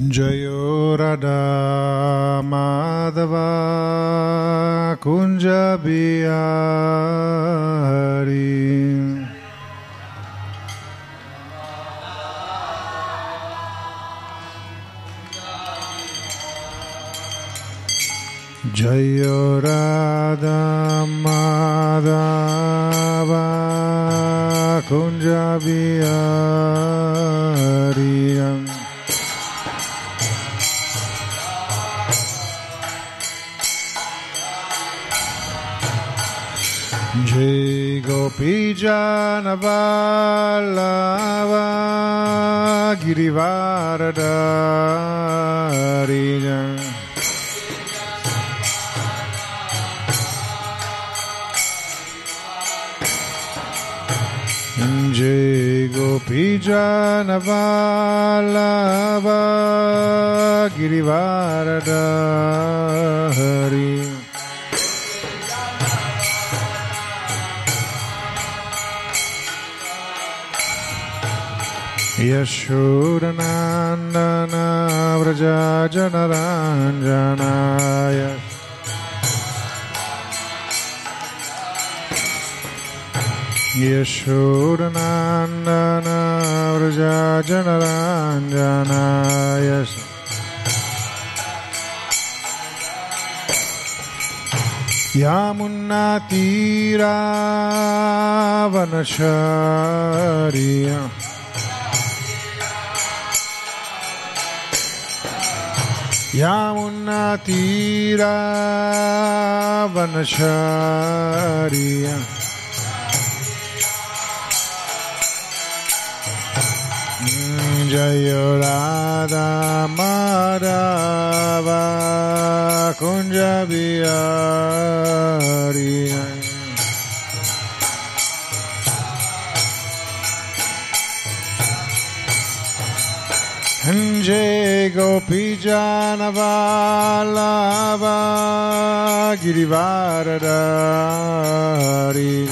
Jayo Radha Madhava Kunja Bihari. Jayo Radha Madhava Kunja Bihari. Jai Gopi Jana Vallabha Girivaradari. Jai Gopi Jana Vallabha Girivaradari. Yashodanandana Vraja Janaranjana. Yashodanandana Vraja Janaranjana. Yamuna Tira Vanachariya. Yamuna Tira Vanachariya. Jayo Radha Madhava Kunja Bihari. Jai Gopi Jana Vallabha Girivaradari.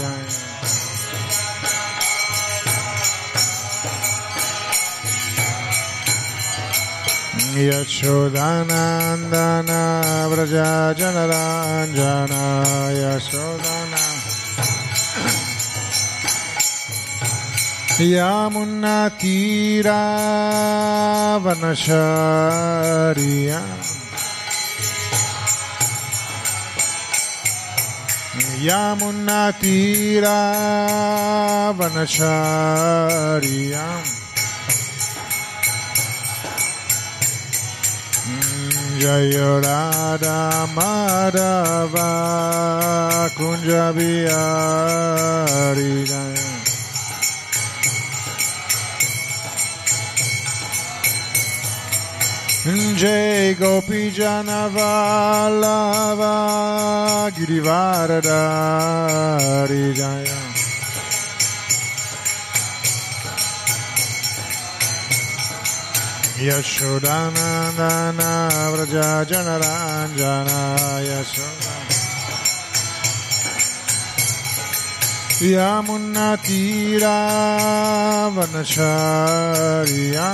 Yashodanandana Vraja Janaranjana. Yashodana Yamuna Tira Vanachariya. Yamuna Tira Vanachariya. Jayo Radha Madhava Kunja Bihari. Jai Gopi Jana Vallabha Girivaradari. Jaya Yashodanandana Vraja Janaranjana. Yamuna Tira Vanachariya.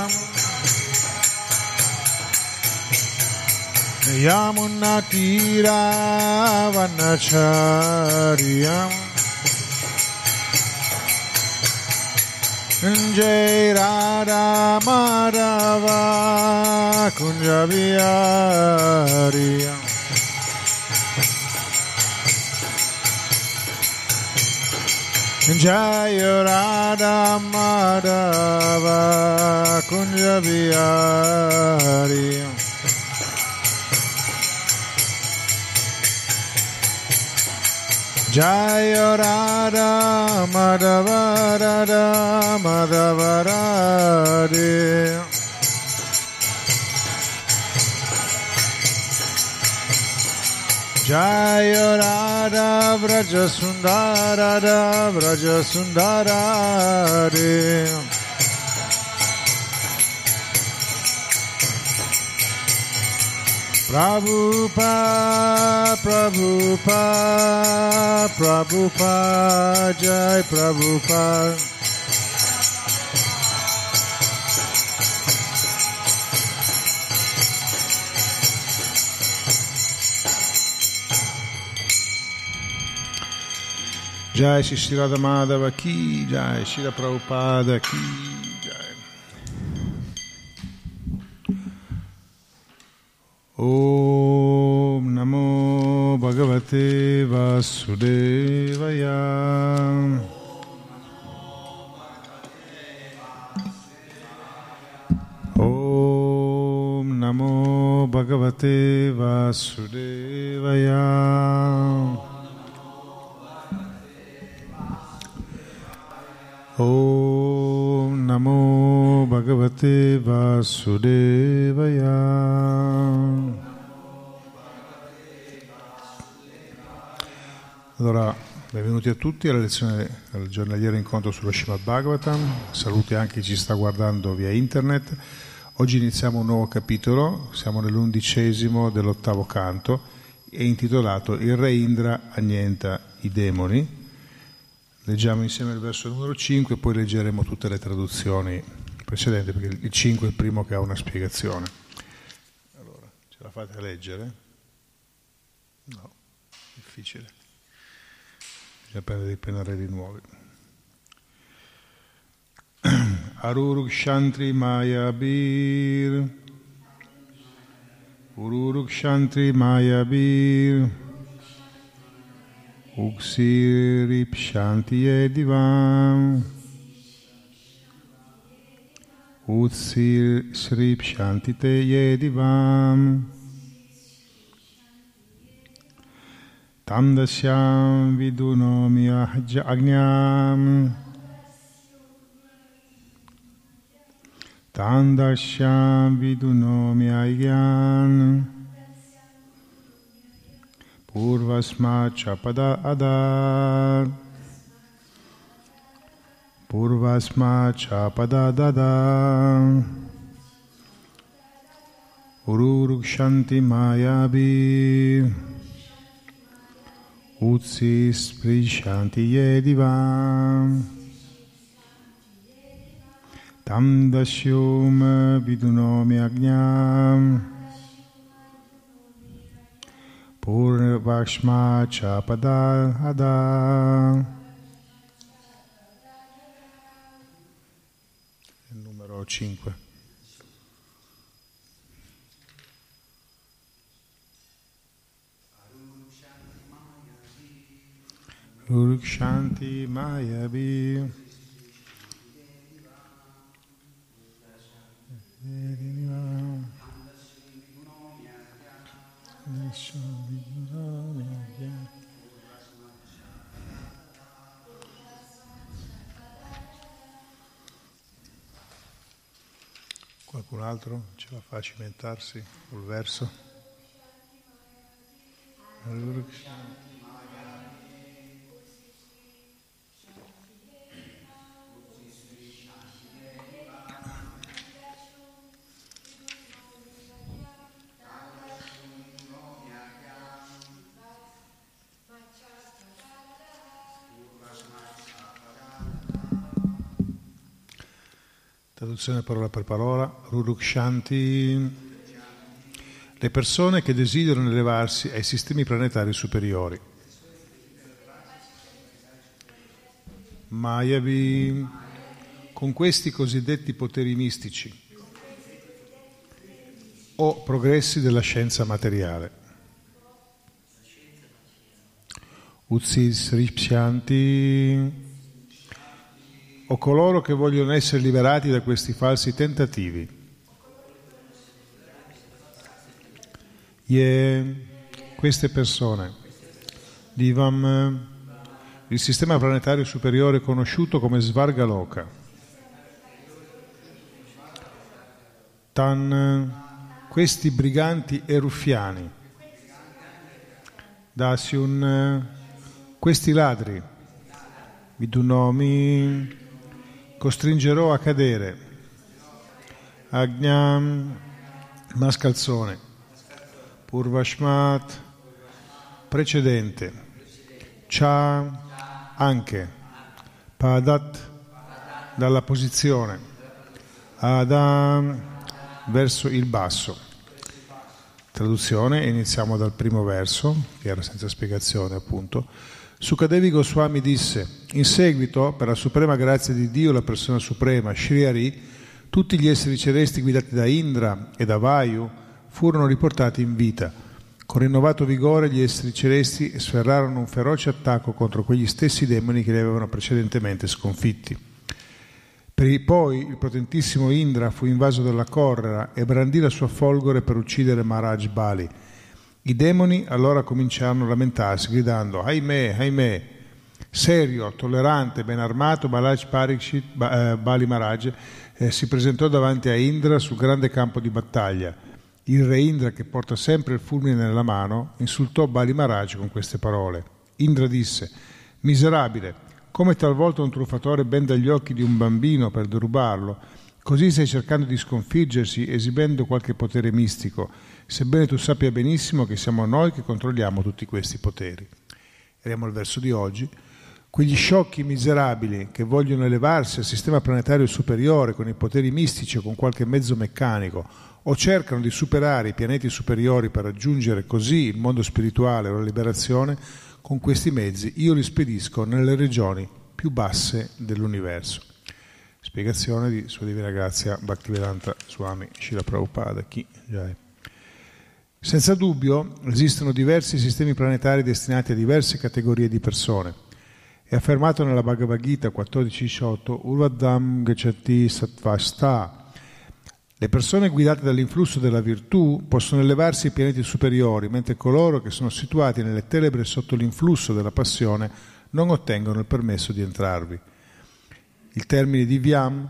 Yamuna Tira Vanachariya. Jai Radha Madhava Kunja Bihari. Jai Radha Madhava Kunja Bihari. Jaya Radha Madhava Radha Madhava Radhe. Jaya Radha Vraja Sundara Radha Vraja Sundara Radhe. Prabhupada, Prabhupada, Prabhupada, Jai Prabhupada. Jai Shri Radha Madhava Ki Jai, Shri Prabhupada Ki Jai. Om Namo Bhagavate Vasudevaya. Om Namo Bhagavate Vasudevaya. Om Namo Bhagavate Vasudevaya. Allora, benvenuti a tutti alla lezione del giornaliero incontro sullo Srimad Bhagavatam. Saluti anche chi ci sta guardando via internet. Oggi iniziamo un nuovo capitolo, siamo nell'11° dell'8° canto, è intitolato Il Re Indra annienta i demoni. Leggiamo insieme il verso numero 5 e poi leggeremo tutte le traduzioni precedenti, perché il 5 è il primo che ha una spiegazione. Allora, ce la fate a leggere? No, difficile. Bisogna prendere dei pennarelli nuovi. Arurukshantri Mayabir, Ururukshantri Mayabir, Uksiripshanti Yedivam, Utsiripshanti Te Yedivam, Tamdasyam Vidunomi Agnyam, Tandasyam Vidunomi Agyan, Purvasmat Chapada Adar, Purvasmat Chapada Dadar, Ururukshanti Mayabir, Utsis Prishanti Yedivam, Tamdasyum Vidunomi Agnyam, Purvashma Chapada Ada. Il numero 5. Urukshanti Mayavi. Qualcun altro ce la fa cimentarsi col verso? Traduzione parola per parola. Rurukshanti, le persone che desiderano elevarsi ai sistemi planetari superiori. Mayavi, con questi cosiddetti poteri mistici o progressi della scienza materiale. Utsisripshanti, o coloro che vogliono essere liberati da questi falsi tentativi. Queste persone, Divam, il sistema planetario superiore conosciuto come Svargaloka. Tan, questi briganti e ruffiani. Dasyun, questi ladri. Vidunomi, costringerò a cadere. Agnyam, mascalzone. Purvashmat, precedente. Cha, anche. Padat, dalla posizione. Adam, verso il basso. Traduzione, iniziamo dal primo verso, che era senza spiegazione appunto. Sukadeva Goswami disse: in seguito, per la suprema grazia di Dio, la persona suprema, Shri Hari, tutti gli esseri celesti guidati da Indra e da Vayu furono riportati in vita. Con rinnovato vigore gli esseri celesti sferrarono un feroce attacco contro quegli stessi demoni che li avevano precedentemente sconfitti. Poi il potentissimo Indra fu invaso dalla collera e brandì la sua folgore per uccidere Maharaj Bali. I demoni allora cominciarono a lamentarsi, gridando: ahimè, ahimè! Serio, tollerante, ben armato, Bali Maharaj si presentò davanti a Indra sul grande campo di battaglia. Il re Indra, che porta sempre il fulmine nella mano, insultò Bali Maharaj con queste parole. Indra disse: miserabile, come talvolta un truffatore benda gli occhi di un bambino per derubarlo, così stai cercando di sconfiggersi esibendo qualche potere mistico, sebbene tu sappia benissimo che siamo noi che controlliamo tutti questi poteri. Vediamo il verso di oggi. Quegli sciocchi miserabili che vogliono elevarsi al sistema planetario superiore con i poteri mistici o con qualche mezzo meccanico, o cercano di superare i pianeti superiori per raggiungere così il mondo spirituale o la liberazione, con questi mezzi io li spedisco nelle regioni più basse dell'universo. Spiegazione di Sua Divina Grazia Bhaktivedanta Swami Srila Prabhupada. Chi? Jai. Senza dubbio esistono diversi sistemi planetari destinati a diverse categorie di persone. È affermato nella Bhagavad Gita 14.18 Urvadam Gacchati Sattvasta. Le persone guidate dall'influsso della virtù possono elevarsi ai pianeti superiori, mentre coloro che sono situati nelle tenebre sotto l'influsso della passione non ottengono il permesso di entrarvi. Il termine Divyam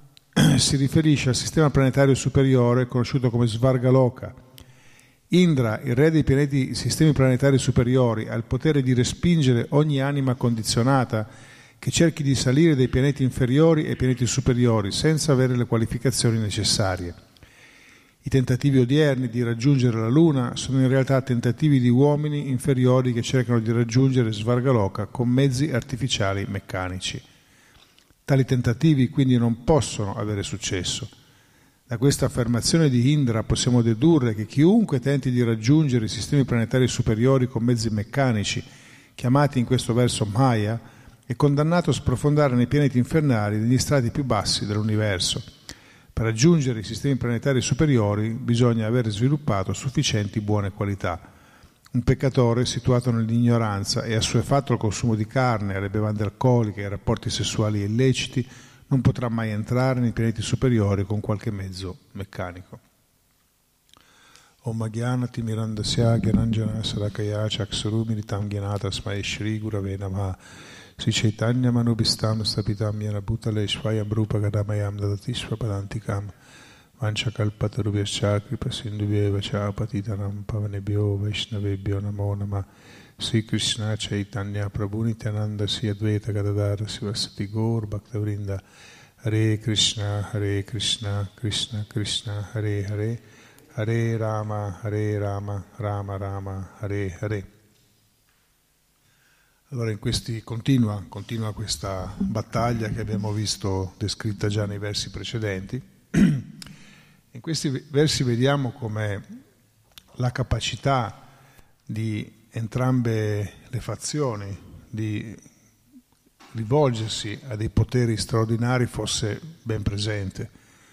si riferisce al sistema planetario superiore conosciuto come Svargaloka. Indra, il re dei pianeti sistemi planetari superiori, ha il potere di respingere ogni anima condizionata che cerchi di salire dai pianeti inferiori ai pianeti superiori senza avere le qualificazioni necessarie. I tentativi odierni di raggiungere la Luna sono in realtà tentativi di uomini inferiori che cercano di raggiungere Svargaloka con mezzi artificiali meccanici. Tali tentativi quindi non possono avere successo. Da questa affermazione di Indra possiamo dedurre che chiunque tenti di raggiungere i sistemi planetari superiori con mezzi meccanici, chiamati in questo verso Maya, è condannato a sprofondare nei pianeti infernali negli strati più bassi dell'universo. Per raggiungere i sistemi planetari superiori bisogna aver sviluppato sufficienti buone qualità. Un peccatore situato nell'ignoranza e assuefatto al consumo di carne, alle bevande alcoliche e ai rapporti sessuali illeciti non potrà mai entrare nei pianeti superiori con qualche mezzo meccanico. Om Gyanati Mirandasya Gyananjana Sarakaya Chaksurumiritam Gyanata Smai Shri Gurave Namaha Sri Chaitanya Manubhistam Stapitam Yana Bhutale Shvayam Rupa Gadamayam Dadatishva Padantikam Vanchakalpatarubhyascha Kripa Sindhubhyeva Cha Patitanam Pavanebhyo Vaishnavebhyo Namo Namah Sri Krishna Chaitanya Prabhu Nityananda Sri Advaita Gadadara Sivasati Gaur Bhaktavrinda Hare Krishna Krishna Krishna Hare Hare Hare Rama Rama Rama Hare Hare. Allora continua questa battaglia che abbiamo visto descritta già nei versi precedenti. In questi versi vediamo come la capacità di entrambe le fazioni di rivolgersi a dei poteri straordinari fosse ben presente.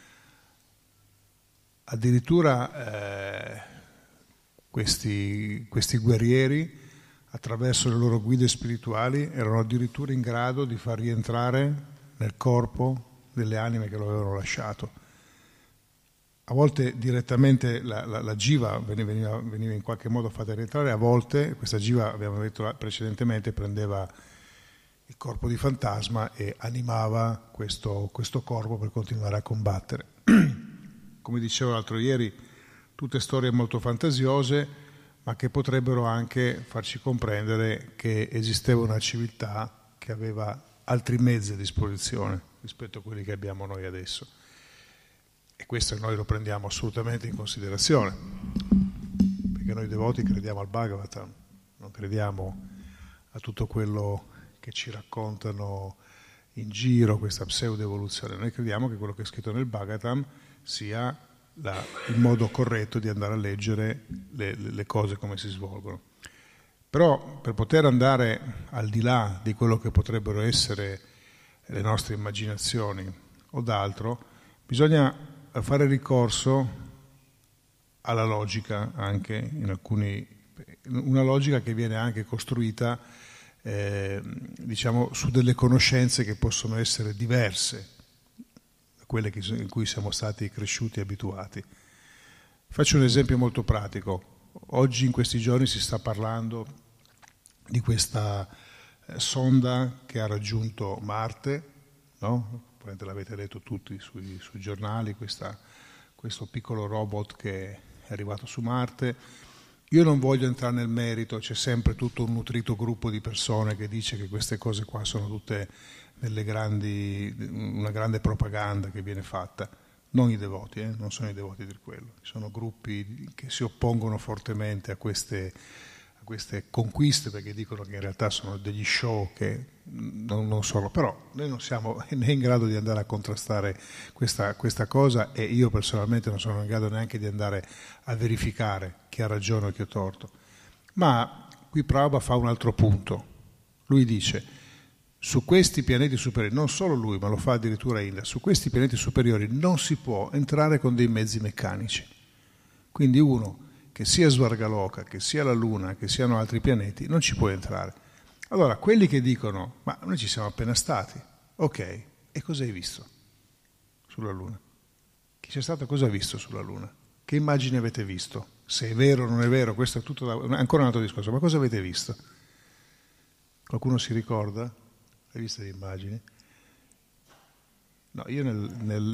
Addirittura questi guerrieri, attraverso le loro guide spirituali, erano addirittura in grado di far rientrare nel corpo delle anime che lo avevano lasciato. A volte direttamente la jiva veniva in qualche modo fatta rientrare, a volte questa jiva, abbiamo detto precedentemente, prendeva il corpo di fantasma e animava questo corpo per continuare a combattere. Come dicevo l'altro ieri, tutte storie molto fantasiose, ma che potrebbero anche farci comprendere che esisteva una civiltà che aveva altri mezzi a disposizione rispetto a quelli che abbiamo noi adesso. E questo noi lo prendiamo assolutamente in considerazione, perché noi devoti crediamo al Bhagavatam, non crediamo a tutto quello che ci raccontano in giro, questa pseudo-evoluzione. Noi crediamo che quello che è scritto nel Bhagavatam sia il modo corretto di andare a leggere le cose come si svolgono. Però per poter andare al di là di quello che potrebbero essere le nostre immaginazioni o d'altro, bisogna fare ricorso alla logica anche una logica che viene anche costruita diciamo su delle conoscenze che possono essere diverse da quelle in cui siamo stati cresciuti e abituati. Faccio un esempio molto pratico. Oggi in questi giorni si sta parlando di questa sonda che ha raggiunto Marte, no? Probabilmente l'avete letto tutti sui giornali, questo piccolo robot che è arrivato su Marte. Io non voglio entrare nel merito, c'è sempre tutto un nutrito gruppo di persone che dice che queste cose qua sono tutte una grande propaganda che viene fatta. Non i devoti, non sono i devoti di quello. Ci sono gruppi che si oppongono fortemente a queste conquiste, perché dicono che in realtà sono degli show che non sono. Però noi non siamo né in grado di andare a contrastare questa cosa, e io personalmente non sono in grado neanche di andare a verificare chi ha ragione o chi ha torto. Ma qui Prabhupada fa un altro punto. Lui dice: su questi pianeti superiori, non solo lui, ma lo fa addirittura Indra, su questi pianeti superiori non si può entrare con dei mezzi meccanici. Quindi uno che sia Svargaloka, che sia la Luna, che siano altri pianeti, non ci può entrare. Allora, quelli che dicono: ma noi ci siamo appena stati, ok, e cosa hai visto sulla Luna? Chi c'è stato cosa ha visto sulla Luna? Che immagini avete visto? Se è vero o non è vero, questo è ancora un altro discorso, ma cosa avete visto? Qualcuno si ricorda? Hai visto le immagini? No, io nel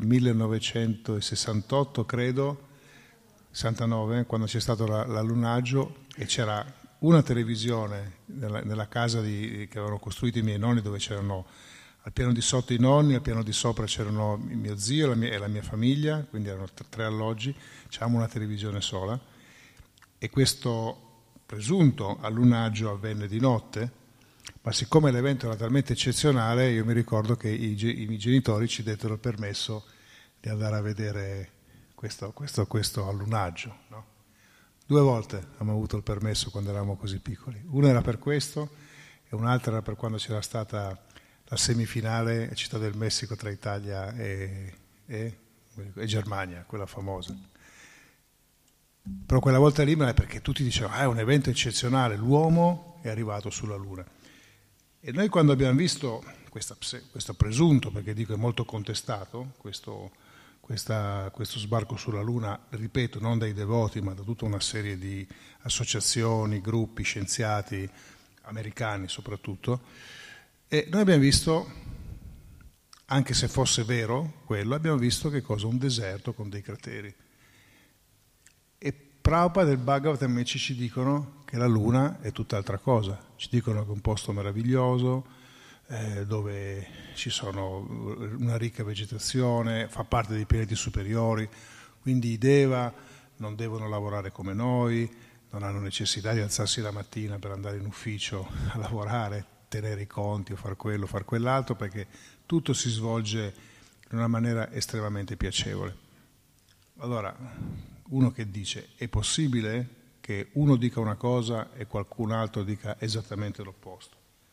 1968, credo, 69, quando c'è stato l'allunaggio, e c'era una televisione nella casa che avevano costruito i miei nonni, dove c'erano al piano di sotto i nonni, al piano di sopra c'erano mio zio e la mia famiglia, quindi erano tre alloggi, c'avevamo una televisione sola, e questo presunto allunaggio avvenne di notte. Ma siccome l'evento era talmente eccezionale, io mi ricordo che i miei genitori ci dettero il permesso di andare a vedere questo allunaggio. No? 2 volte abbiamo avuto il permesso quando eravamo così piccoli. Una era per questo e un'altra era per quando c'era stata la semifinale a Città del Messico tra Italia e Germania, quella famosa. Però quella volta lì è perché tutti dicevano: è un evento eccezionale, l'uomo è arrivato sulla Luna. E noi quando abbiamo visto questo presunto, perché dico è molto contestato, questo sbarco sulla Luna, ripeto, non dai devoti ma da tutta una serie di associazioni, gruppi, scienziati, americani soprattutto, e noi abbiamo visto, anche se fosse vero quello, abbiamo visto che cosa? Un deserto con dei crateri. E Prabhupada del Bhagavatam invece ci dicono che la Luna è tutt'altra cosa, ci dicono che è un posto meraviglioso, dove ci sono una ricca vegetazione, fa parte dei pianeti superiori, quindi i Deva non devono lavorare come noi, non hanno necessità di alzarsi la mattina per andare in ufficio a lavorare, tenere i conti o far quello, far quell'altro, perché tutto si svolge in una maniera estremamente piacevole. Allora, uno che dice: è possibile che uno dica una cosa e qualcun altro dica esattamente l'opposto?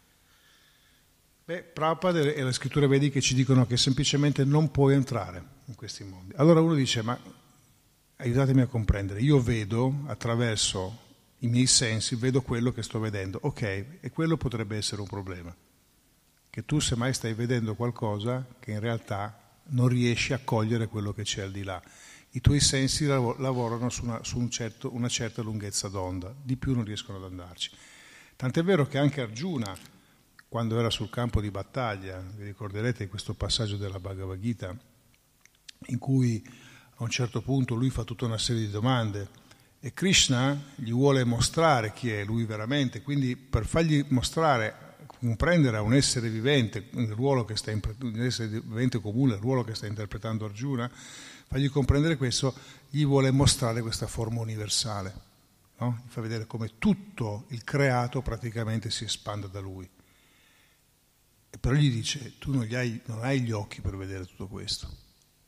Prabhupada e le scritture vediche ci dicono che semplicemente non puoi entrare in questi mondi. Allora uno dice: ma aiutatemi a comprendere, io vedo attraverso i miei sensi, vedo quello che sto vedendo, ok, e quello potrebbe essere un problema, che tu semmai stai vedendo qualcosa che in realtà non riesci a cogliere quello che c'è al di là. I tuoi sensi lavorano su una certa lunghezza d'onda, di più non riescono ad andarci. Tant'è vero che anche Arjuna, quando era sul campo di battaglia, vi ricorderete questo passaggio della Bhagavad Gita, in cui a un certo punto lui fa tutta una serie di domande e Krishna gli vuole mostrare chi è lui veramente, quindi per fargli comprendere a un essere vivente un essere vivente comune, il ruolo che sta interpretando Arjuna, fargli comprendere questo, gli vuole mostrare questa forma universale, no? Gli fa vedere come tutto il creato praticamente si espande da lui. E però gli dice: tu non hai gli occhi per vedere tutto questo,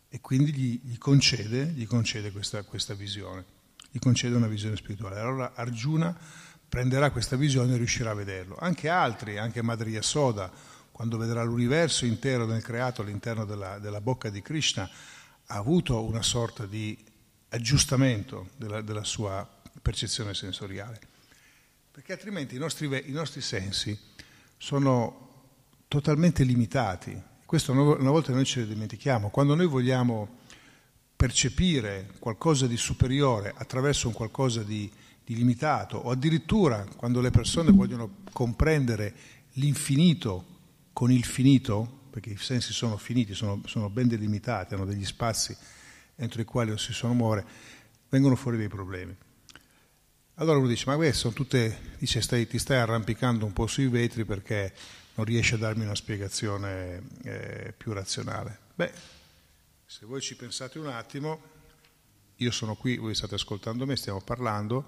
e quindi gli concede questa visione, gli concede una visione spirituale. Allora Arjuna prenderà questa visione e riuscirà a vederlo. Anche altri, anche Madre Yasoda, quando vedrà l'universo intero nel creato all'interno della bocca di Krishna, ha avuto una sorta di aggiustamento della sua percezione sensoriale, perché altrimenti i nostri sensi sono totalmente limitati. Questo una volta noi ce ne dimentichiamo. Quando noi vogliamo percepire qualcosa di superiore attraverso un qualcosa di limitato, o addirittura quando le persone vogliono comprendere l'infinito con il finito, perché i sensi sono finiti, sono ben delimitati, hanno degli spazi entro i quali non si possono muovere, vengono fuori dei problemi. Allora uno dice, ma queste sono tutte, dice, ti stai arrampicando un po' sui vetri perché non riesci a darmi una spiegazione più razionale. Beh, se voi ci pensate un attimo, io sono qui, voi state ascoltando me, stiamo parlando,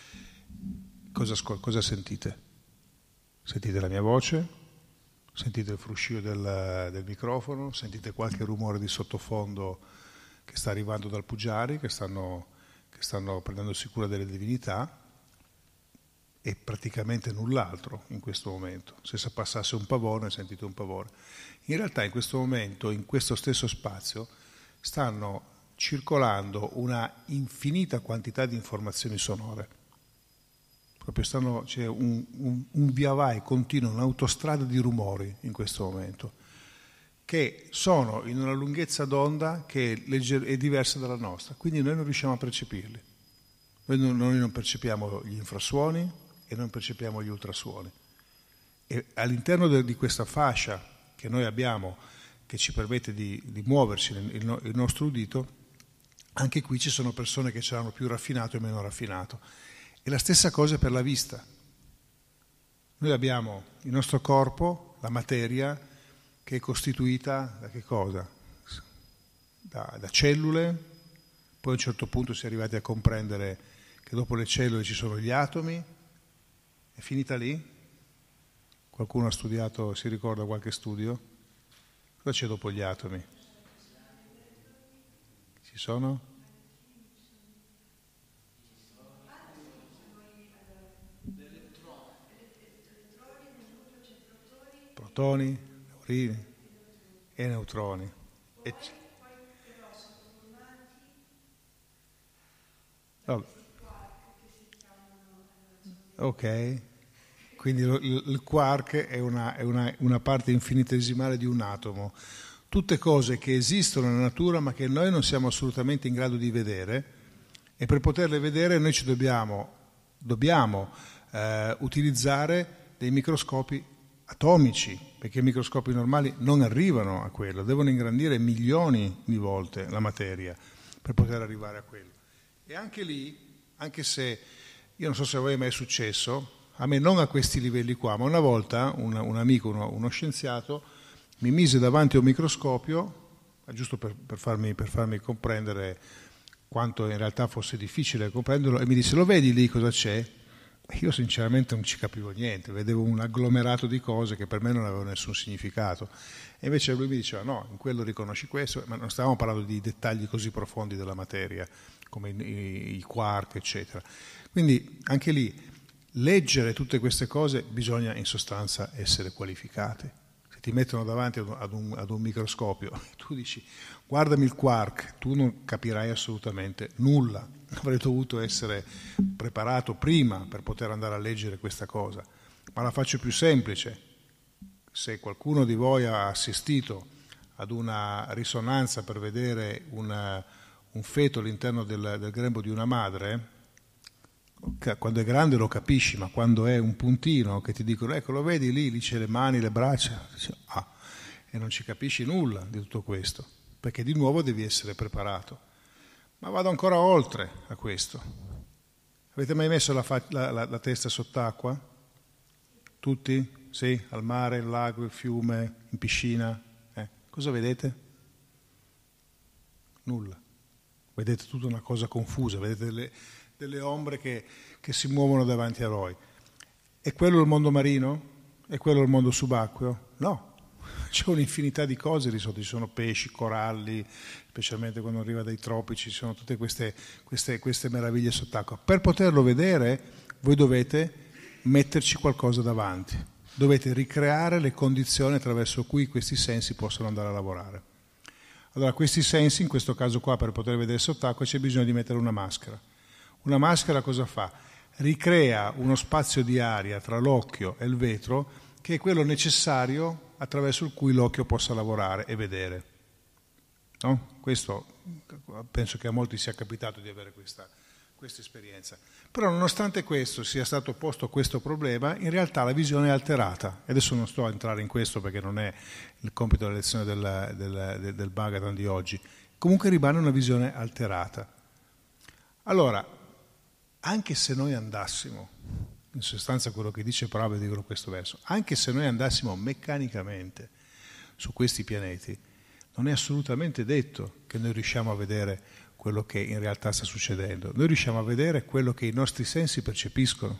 cosa sentite? Sentite la mia voce? Sentite il fruscio del microfono? Sentite qualche rumore di sottofondo che sta arrivando dal Pujari, che stanno prendendosi cura delle divinità, e praticamente null'altro in questo momento. Se passasse un pavone, sentite un pavone. In realtà in questo momento, in questo stesso spazio, stanno circolando una infinita quantità di informazioni sonore. Proprio c'è un via vai continuo, un'autostrada di rumori in questo momento, che sono in una lunghezza d'onda che è diversa dalla nostra, quindi noi non riusciamo a percepirli. Noi non percepiamo gli infrasuoni e non percepiamo gli ultrasuoni. E all'interno di questa fascia che noi abbiamo, che ci permette di muoverci il nostro udito, anche qui ci sono persone che ce l'hanno più raffinato e meno raffinato. E la stessa cosa per la vista. Noi abbiamo il nostro corpo, la materia, che è costituita da che cosa? Da cellule, poi a un certo punto si è arrivati a comprendere che dopo le cellule ci sono gli atomi. È finita lì? Qualcuno ha studiato, si ricorda qualche studio? Cosa c'è dopo gli atomi? Ci sono? Protoni, neurini e neutroni. Ok, quindi il quark è una parte infinitesimale di un atomo. Tutte cose che esistono nella natura ma che noi non siamo assolutamente in grado di vedere, e per poterle vedere noi ci dobbiamo utilizzare dei microscopi atomici, perché i microscopi normali non arrivano a quello, devono ingrandire milioni di volte la materia per poter arrivare a quello. E anche lì, anche se io non so se a voi è mai successo, a me non a questi livelli qua, ma una volta un amico, uno scienziato, mi mise davanti a un microscopio, giusto per farmi comprendere quanto in realtà fosse difficile comprenderlo, e mi disse: lo vedi lì cosa c'è? Io sinceramente non ci capivo niente, vedevo un agglomerato di cose che per me non avevano nessun significato, e invece lui mi diceva no, in quello riconosci questo, ma non stavamo parlando di dettagli così profondi della materia come i quark eccetera. Quindi anche lì leggere tutte queste cose bisogna in sostanza essere qualificati. Se ti mettono davanti ad un microscopio e tu dici guardami il quark, tu non capirai assolutamente nulla. Avrei dovuto essere preparato prima per poter andare a leggere questa cosa. Ma la faccio più semplice. Se qualcuno di voi ha assistito ad una risonanza per vedere un feto all'interno del grembo di una madre, quando è grande lo capisci, ma quando è un puntino che ti dicono ecco lo vedi lì c'è le mani, le braccia, e non ci capisci nulla di tutto questo, perché di nuovo devi essere preparato. Ma vado ancora oltre a questo. Avete mai messo la testa sott'acqua? Tutti? Sì? Al mare, al lago, al fiume, in piscina? Cosa vedete? Nulla. Vedete tutta una cosa confusa, vedete delle ombre che si muovono davanti a voi. È quello il mondo marino? È quello il mondo subacqueo? No. c'è un'infinità di cose lì sotto, ci sono pesci, coralli, specialmente quando arriva dai tropici, ci sono tutte queste meraviglie sott'acqua. Per poterlo vedere voi dovete metterci qualcosa davanti, dovete ricreare le condizioni attraverso cui questi sensi possono andare a lavorare. Allora questi sensi, in questo caso qua, per poter vedere sott'acqua c'è bisogno di mettere una maschera. Una maschera cosa fa? Ricrea uno spazio di aria tra l'occhio e il vetro che è quello necessario attraverso il cui l'occhio possa lavorare e vedere. No? Questo penso che a molti sia capitato di avere questa esperienza. Però nonostante questo sia stato posto questo problema, in realtà la visione è alterata. E adesso non sto a entrare in questo perché non è il compito della lezione del Bhagavatam di oggi. Comunque rimane una visione alterata. Allora, anche se noi andassimo, in sostanza quello che dice Prabhupada, dicono questo verso, anche se noi andassimo meccanicamente su questi pianeti, non è assolutamente detto che noi riusciamo a vedere quello che in realtà sta succedendo. Noi riusciamo a vedere quello che i nostri sensi percepiscono,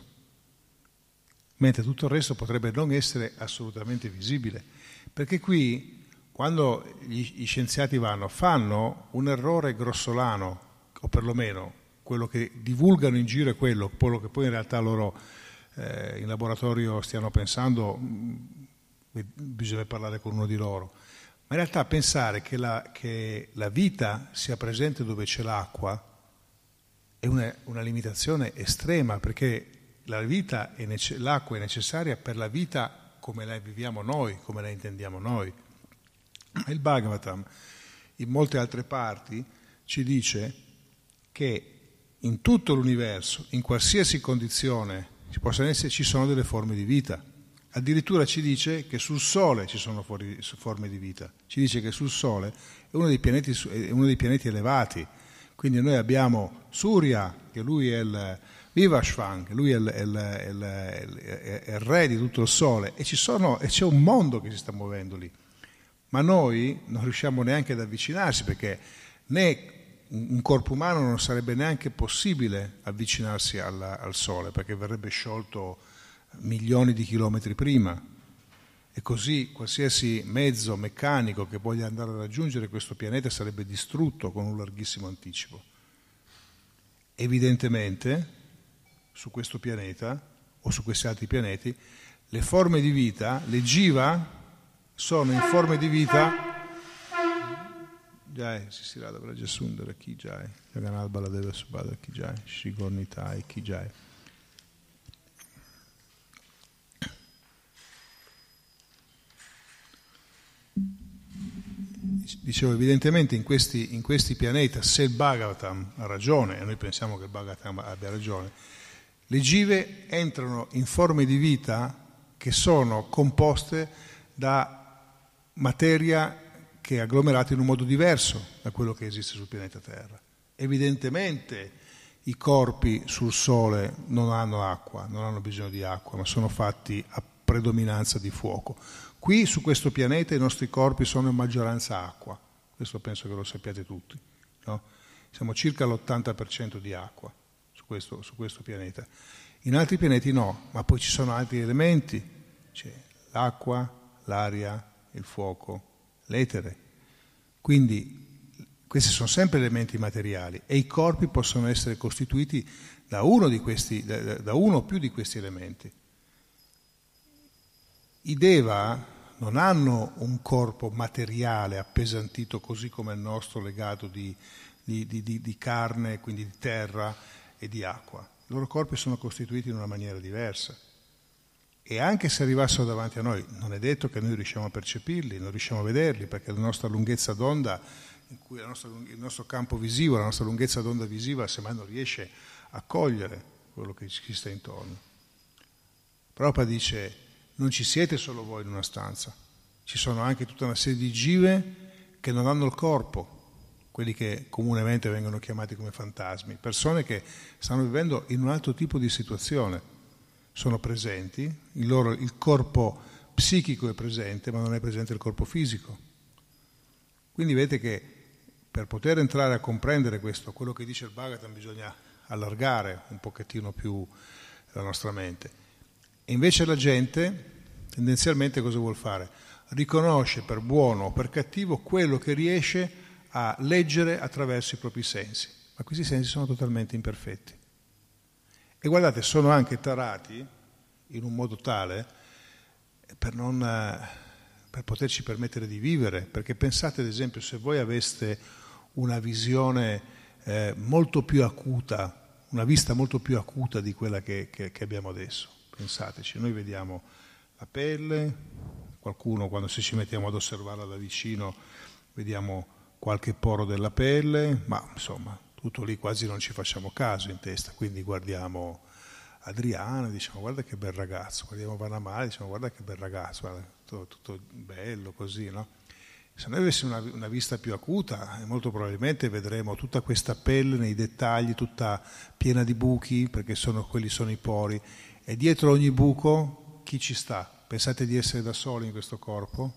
mentre tutto il resto potrebbe non essere assolutamente visibile. Perché qui, quando gli scienziati fanno un errore grossolano, o perlomeno quello che divulgano in giro è quello che poi in realtà loro in laboratorio stiano pensando, bisogna parlare con uno di loro. Ma in realtà pensare che la vita sia presente dove c'è l'acqua è una limitazione estrema, perché l'acqua è necessaria per la vita come la viviamo noi, come la intendiamo noi. Il Bhagavatam, in molte altre parti, ci dice che in tutto l'universo, in qualsiasi condizione ci sono delle forme di vita. Addirittura ci dice che sul Sole ci sono forme di vita. Ci dice che sul Sole è uno dei pianeti elevati. Quindi noi abbiamo Surya, che lui è il Vivashvan, che lui è il re di tutto il Sole, e c'è un mondo che si sta muovendo lì. Ma noi non riusciamo neanche ad avvicinarsi, perché né un corpo umano non sarebbe neanche possibile avvicinarsi al Sole, perché verrebbe sciolto milioni di chilometri prima, e così qualsiasi mezzo meccanico che voglia andare a raggiungere questo pianeta sarebbe distrutto con un larghissimo anticipo. Evidentemente su questo pianeta o su questi altri pianeti le forme di vita, le jiva, sono in forme di vita. Jai, Sisirada Vrajasundara Ki Jai, Jagannath Baladeva Subhadra Ki Jai, Shri Gornitai Ki Jai. Dicevo, evidentemente in questi pianeti, se il Bhagavatam ha ragione, e noi pensiamo che il Bhagavatam abbia ragione, le jive entrano in forme di vita che sono composte da materia che è agglomerata in un modo diverso da quello che esiste sul pianeta Terra. Evidentemente i corpi sul Sole non hanno acqua, non hanno bisogno di acqua, ma sono fatti a predominanza di fuoco. Qui su questo pianeta i nostri corpi sono in maggioranza acqua, questo penso che lo sappiate tutti, no? Siamo circa l'80% di acqua su questo pianeta. In altri pianeti no, ma poi ci sono altri elementi, c'è l'acqua, l'aria, il fuoco, l'etere. Quindi questi sono sempre elementi materiali e i corpi possono essere costituiti da uno o più di questi elementi. I Deva non hanno un corpo materiale appesantito così come il nostro, legato di carne, quindi di terra e di acqua. I loro corpi sono costituiti in una maniera diversa. E anche se arrivassero davanti a noi, non è detto che noi riusciamo a percepirli, non riusciamo a vederli, perché la nostra lunghezza d'onda, il nostro campo visivo, la nostra lunghezza d'onda visiva, semmai non riesce a cogliere quello che ci sta intorno. Prabhupada dice: non ci siete solo voi in una stanza, ci sono anche tutta una serie di jive che non hanno il corpo, quelli che comunemente vengono chiamati come fantasmi, persone che stanno vivendo in un altro tipo di situazione, sono presenti, il corpo psichico è presente, ma non è presente il corpo fisico. Quindi vedete che per poter entrare a comprendere questo, quello che dice il Bhagavatam, bisogna allargare un pochettino più la nostra mente. E invece la gente tendenzialmente cosa vuol fare? riconosce per buono o per cattivo quello che riesce a leggere attraverso i propri sensi, ma questi sensi sono totalmente imperfetti. E guardate, sono anche tarati in un modo tale per poterci permettere di vivere, perché pensate ad esempio se voi aveste una visione molto più acuta, una vista molto più acuta di quella che abbiamo adesso. Pensateci, noi vediamo la pelle, qualcuno quando ci mettiamo ad osservarla da vicino vediamo qualche poro della pelle, ma insomma tutto lì quasi non ci facciamo caso in testa, quindi guardiamo Adriano e diciamo guarda che bel ragazzo, guardiamo Vanamale e diciamo guarda che bel ragazzo, guarda, tutto bello così, no? Se noi avessimo una vista più acuta, molto probabilmente vedremo tutta questa pelle nei dettagli, tutta piena di buchi, perché quelli sono i pori, e dietro ogni buco chi ci sta? Pensate di essere da soli in questo corpo?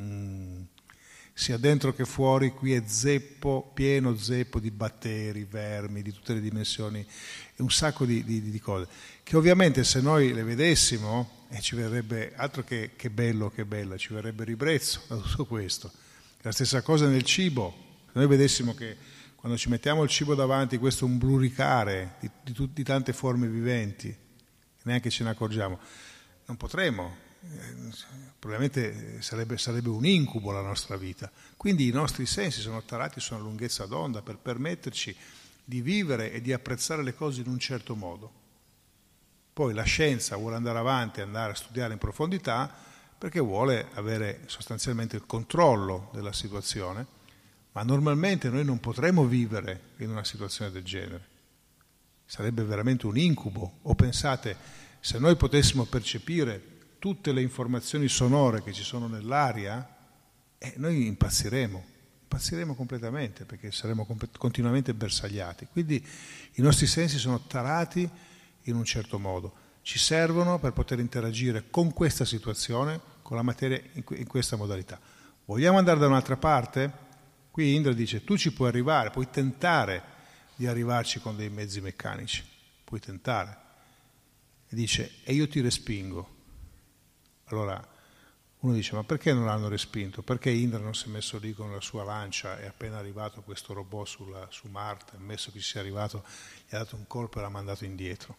Sia dentro che fuori, qui è zeppo, pieno zeppo di batteri, vermi, di tutte le dimensioni, e un sacco di cose, che ovviamente se noi le vedessimo, ci verrebbe, altro che bello, che bella, ci verrebbe ribrezzo da tutto questo. La stessa cosa nel cibo, se noi vedessimo che quando ci mettiamo il cibo davanti questo è un bluricare di tante forme viventi, neanche ce ne accorgiamo, non potremo, probabilmente sarebbe un incubo la nostra vita. Quindi i nostri sensi sono tarati su una lunghezza d'onda per permetterci di vivere e di apprezzare le cose in un certo modo. Poi la scienza vuole andare avanti, andare a studiare in profondità, perché vuole avere sostanzialmente il controllo della situazione, ma normalmente noi non potremo vivere in una situazione del genere. Sarebbe veramente un incubo. O pensate, se noi potessimo percepire tutte le informazioni sonore che ci sono nell'aria, noi impazziremo completamente, perché saremo continuamente bersagliati. Quindi i nostri sensi sono tarati in un certo modo. Ci servono per poter interagire con questa situazione, con la materia in questa modalità. Vogliamo andare da un'altra parte? Qui Indra dice, tu ci puoi arrivare, puoi tentare di arrivarci con dei mezzi meccanici, puoi tentare. E dice, e io ti respingo. Allora uno dice, ma perché non l'hanno respinto? Perché Indra non si è messo lì con la sua lancia e appena arrivato questo robot su Marte, ammesso che ci sia arrivato, gli ha dato un colpo e l'ha mandato indietro?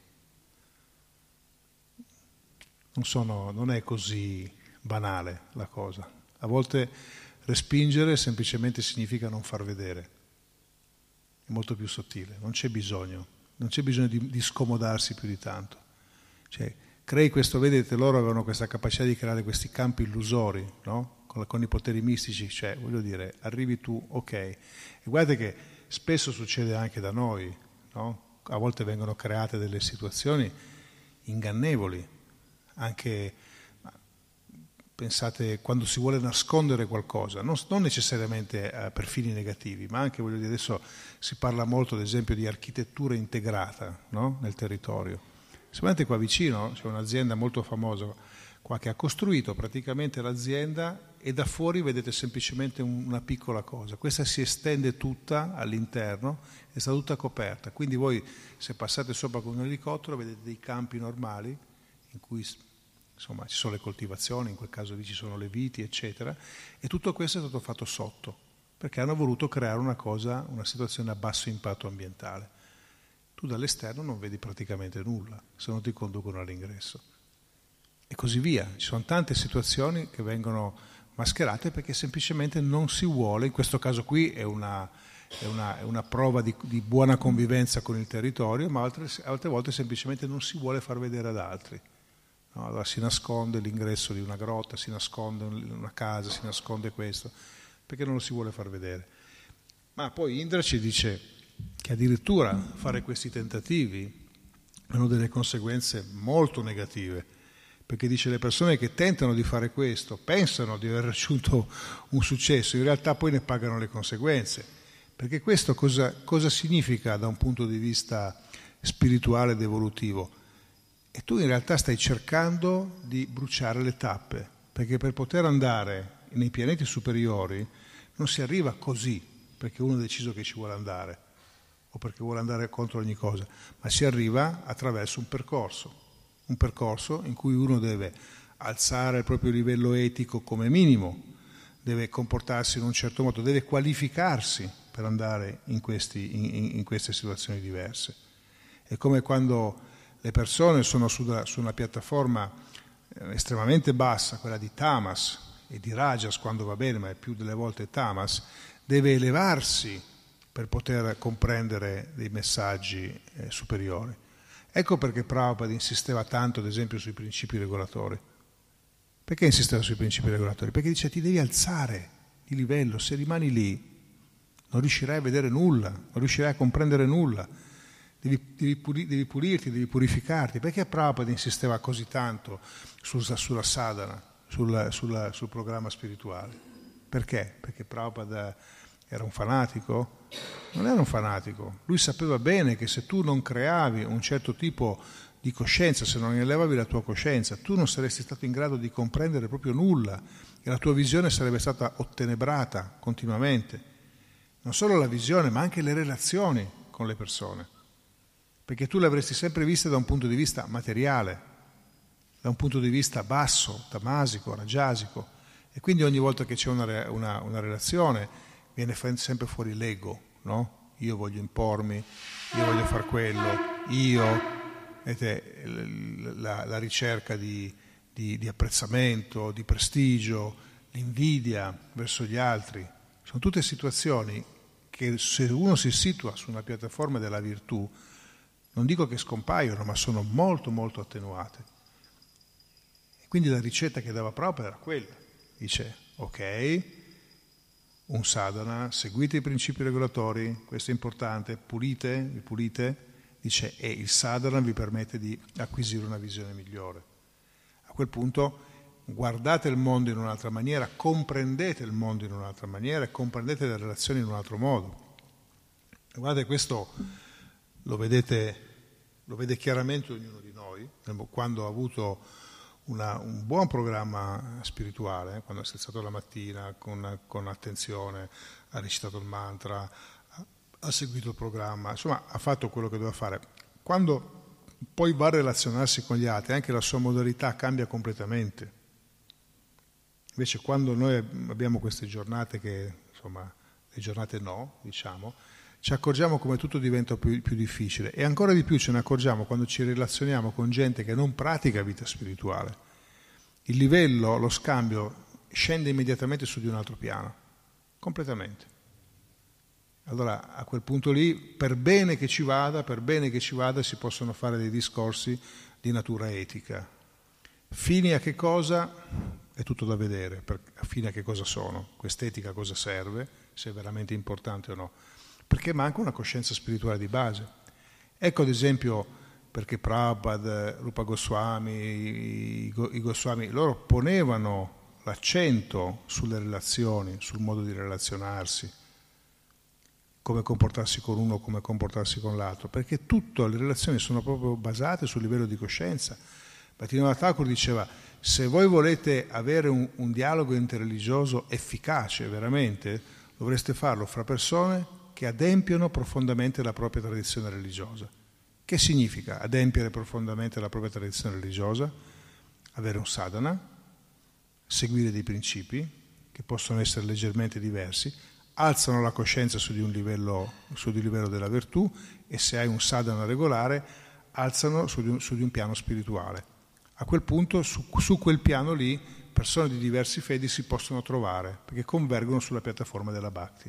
Non è così banale la cosa. A volte respingere semplicemente significa non far vedere. È molto più sottile, non c'è bisogno di scomodarsi più di tanto. Cioè, crei questo, vedete, loro avevano questa capacità di creare questi campi illusori, no? Con i poteri mistici, cioè, voglio dire, arrivi tu, ok. E guardate che spesso succede anche da noi, no? A volte vengono create delle situazioni ingannevoli. Anche, pensate, quando si vuole nascondere qualcosa, non necessariamente per fini negativi, ma anche, voglio dire, adesso si parla molto, ad esempio, di architettura integrata, no? Nel territorio. Sicuramente qua vicino c'è un'azienda molto famosa qua che ha costruito praticamente l'azienda e da fuori vedete semplicemente una piccola cosa. Questa si estende tutta all'interno, è stata tutta coperta. Quindi voi, se passate sopra con un elicottero, vedete dei campi normali in cui insomma ci sono le coltivazioni, in quel caso lì ci sono le viti, eccetera, e tutto questo è stato fatto sotto, perché hanno voluto creare una situazione a basso impatto ambientale. Tu dall'esterno non vedi praticamente nulla, se non ti conducono all'ingresso. E così via. Ci sono tante situazioni che vengono mascherate perché semplicemente non si vuole, in questo caso qui è una prova di buona convivenza con il territorio, ma altre volte semplicemente non si vuole far vedere ad altri. No, allora si nasconde l'ingresso di una grotta, si nasconde una casa, si nasconde questo, perché non lo si vuole far vedere. Ma poi Indra ci dice che addirittura fare questi tentativi hanno delle conseguenze molto negative, perché dice le persone che tentano di fare questo pensano di aver raggiunto un successo, in realtà poi ne pagano le conseguenze, perché questo cosa significa da un punto di vista spirituale ed evolutivo? E tu in realtà stai cercando di bruciare le tappe, perché per poter andare nei pianeti superiori non si arriva così, perché uno ha deciso che ci vuole andare, o perché vuole andare contro ogni cosa, ma si arriva attraverso un percorso in cui uno deve alzare il proprio livello etico come minimo, deve comportarsi in un certo modo, deve qualificarsi per andare in queste situazioni diverse. È come quando le persone sono su una piattaforma estremamente bassa, quella di tamas e di rajas quando va bene, ma è più delle volte tamas, deve elevarsi per poter comprendere dei messaggi superiori. Ecco perché Prabhupada insisteva tanto, ad esempio, sui principi regolatori. Perché insisteva sui principi regolatori? Perché dice ti devi alzare di livello, se rimani lì non riuscirai a vedere nulla, non riuscirai a comprendere nulla, devi pulirti, devi purificarti. Perché Prabhupada insisteva così tanto sulla sadhana, sul programma spirituale? Perché? Perché Prabhupada era un fanatico? Non era un fanatico, lui sapeva bene che se tu non creavi un certo tipo di coscienza, se non elevavi la tua coscienza, tu non saresti stato in grado di comprendere proprio nulla e la tua visione sarebbe stata ottenebrata continuamente. Non solo la visione, ma anche le relazioni con le persone, perché tu le avresti sempre viste da un punto di vista materiale, da un punto di vista basso, tamasico, rajasico, e quindi ogni volta che c'è una relazione viene sempre fuori l'ego, no? Io voglio impormi, io voglio far quello, la ricerca di apprezzamento, di prestigio, l'invidia verso gli altri. Sono tutte situazioni che se uno si situa su una piattaforma della virtù, non dico che scompaiono, ma sono molto molto attenuate. E quindi la ricetta che dava Prabhupada era quella. Dice, ok, un sadhana, seguite i principi regolatori, questo è importante, vi pulite, dice, e il sadhana vi permette di acquisire una visione migliore. A quel punto guardate il mondo in un'altra maniera, comprendete il mondo in un'altra maniera e comprendete le relazioni in un altro modo. Guardate, questo lo vede chiaramente ognuno di noi, quando ha avuto un buon programma spirituale, quando si è alzato la mattina con attenzione, ha recitato il mantra, ha seguito il programma, insomma ha fatto quello che doveva fare. Quando poi va a relazionarsi con gli altri, anche la sua modalità cambia completamente. Invece quando noi abbiamo queste giornate che, insomma, le giornate no, diciamo, ci accorgiamo come tutto diventa più difficile e ancora di più ce ne accorgiamo quando ci relazioniamo con gente che non pratica vita spirituale. Il livello, lo scambio scende immediatamente su di un altro piano, completamente. Allora a quel punto lì, per bene che ci vada, si possono fare dei discorsi di natura etica. Fini a che cosa? È tutto da vedere, fine a che cosa sono, quest'etica cosa serve, se è veramente importante o no, perché manca una coscienza spirituale di base. Ecco ad esempio perché Prabhupada, Rupa Goswami, i Goswami, loro ponevano l'accento sulle relazioni, sul modo di relazionarsi, come comportarsi con uno, come comportarsi con l'altro, perché tutte le relazioni sono proprio basate sul livello di coscienza. Bhaktivinoda Thakur diceva, se voi volete avere un dialogo interreligioso efficace veramente, dovreste farlo fra persone che adempiono profondamente la propria tradizione religiosa. Che significa adempiere profondamente la propria tradizione religiosa? Avere un sadhana, seguire dei principi che possono essere leggermente diversi, alzano la coscienza su di un livello della virtù e se hai un sadhana regolare alzano su di un piano spirituale. A quel punto, su quel piano lì, persone di diversi fedi si possono trovare, perché convergono sulla piattaforma della Bhakti.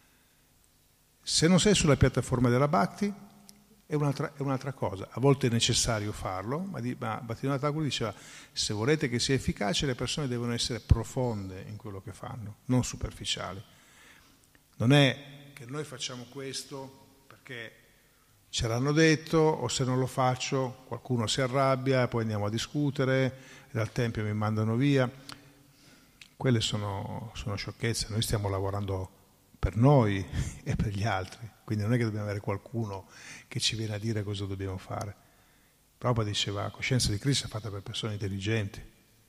Se non sei sulla piattaforma della Bhakti, è un'altra cosa. A volte è necessario farlo, ma Bhaktivinoda Thakur diceva, se volete che sia efficace, le persone devono essere profonde in quello che fanno, non superficiali. Non è che noi facciamo questo perché ce l'hanno detto, o se non lo faccio qualcuno si arrabbia, poi andiamo a discutere, e dal tempio mi mandano via. Quelle sono sciocchezze, noi stiamo lavorando per noi e per gli altri, quindi non è che dobbiamo avere qualcuno che ci viene a dire cosa dobbiamo fare. Prabhupada diceva, la coscienza di Krishna è fatta per persone intelligenti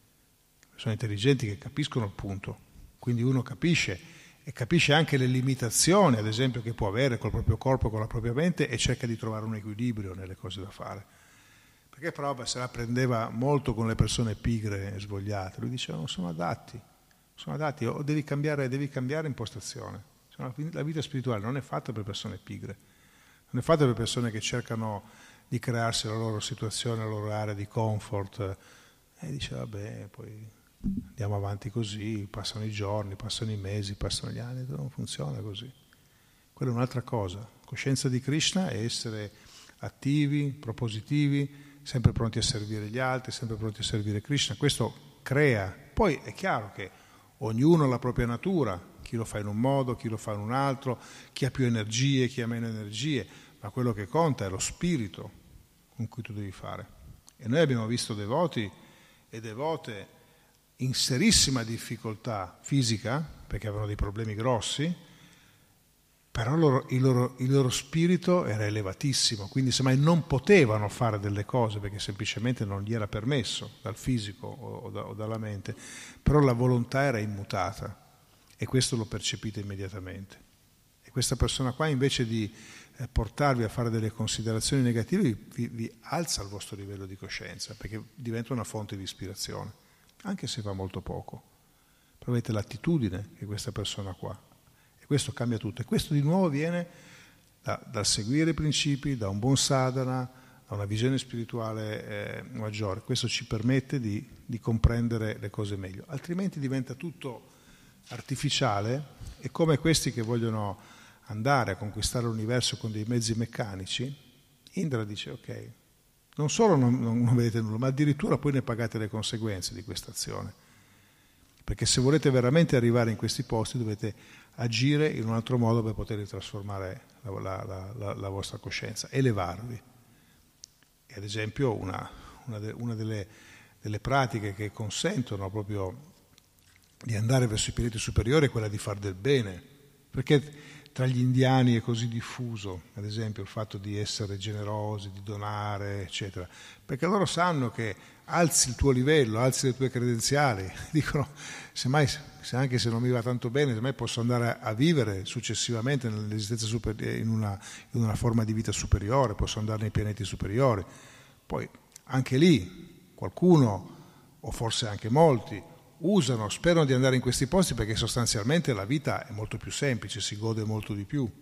che capiscono il punto, quindi uno capisce e capisce anche le limitazioni, ad esempio, che può avere col proprio corpo, con la propria mente e cerca di trovare un equilibrio nelle cose da fare. Perché Prabhupada se la prendeva molto con le persone pigre e svogliate. Lui diceva non sono adatti, o devi cambiare impostazione. La vita spirituale non è fatta per persone pigre, non è fatta per persone che cercano di crearsi la loro situazione, la loro area di comfort. E dice vabbè, poi andiamo avanti così, passano i giorni, passano i mesi, passano gli anni, non funziona così. Quella è un'altra cosa. Coscienza di Krishna è essere attivi, propositivi, sempre pronti a servire gli altri, sempre pronti a servire Krishna. Questo crea. Poi è chiaro che ognuno ha la propria natura, chi lo fa in un modo, chi lo fa in un altro, chi ha più energie, chi ha meno energie, ma quello che conta è lo spirito con cui tu devi fare. E noi abbiamo visto devoti e devote in serissima difficoltà fisica, perché avevano dei problemi grossi, però il loro spirito era elevatissimo, quindi semmai non potevano fare delle cose perché semplicemente non gli era permesso dal fisico o dalla mente, però la volontà era immutata e questo lo percepite immediatamente. E questa persona qua, invece di portarvi a fare delle considerazioni negative, vi alza il vostro livello di coscienza, perché diventa una fonte di ispirazione, anche se fa molto poco. Però avete l'attitudine che questa persona qua. E questo cambia tutto. E questo di nuovo viene dal seguire i principi, da un buon sadhana, da una visione spirituale maggiore. Questo ci permette di comprendere le cose meglio. Altrimenti diventa tutto artificiale e come questi che vogliono andare a conquistare l'universo con dei mezzi meccanici, Indra dice ok, non solo non vedete nulla, ma addirittura poi ne pagate le conseguenze di questa azione. Perché se volete veramente arrivare in questi posti dovete agire in un altro modo per poter trasformare la vostra coscienza, elevarvi. E ad esempio una delle pratiche che consentono proprio di andare verso i pianeti superiori è quella di far del bene, perché tra gli indiani è così diffuso, ad esempio, il fatto di essere generosi, di donare, eccetera, perché loro sanno che alzi il tuo livello, alzi le tue credenziali, dicono, semmai, anche se non mi va tanto bene, semmai posso andare a vivere successivamente nell'esistenza in una forma di vita superiore, posso andare nei pianeti superiori. Poi anche lì qualcuno, o forse anche molti, sperano di andare in questi posti perché sostanzialmente la vita è molto più semplice, si gode molto di più.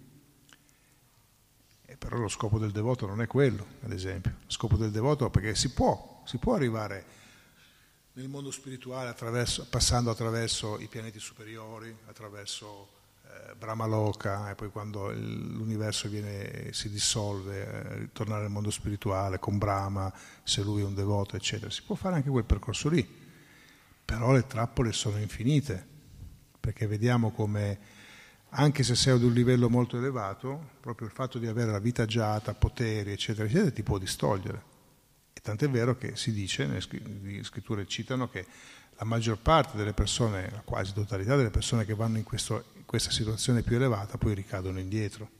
Però lo scopo del devoto non è quello, ad esempio. Lo scopo del devoto, perché si può arrivare nel mondo spirituale passando attraverso i pianeti superiori, attraverso Brahmaloka, e poi quando l'universo si dissolve, tornare al mondo spirituale con Brahma, se lui è un devoto, eccetera. Si può fare anche quel percorso lì. Però le trappole sono infinite, perché vediamo come, anche se sei ad un livello molto elevato, proprio il fatto di avere la vita agiata, poteri, eccetera, eccetera, ti può distogliere. E tant'è vero che si dice, le scritture citano, che la maggior parte delle persone, la quasi totalità delle persone che vanno in questa situazione più elevata, poi ricadono indietro.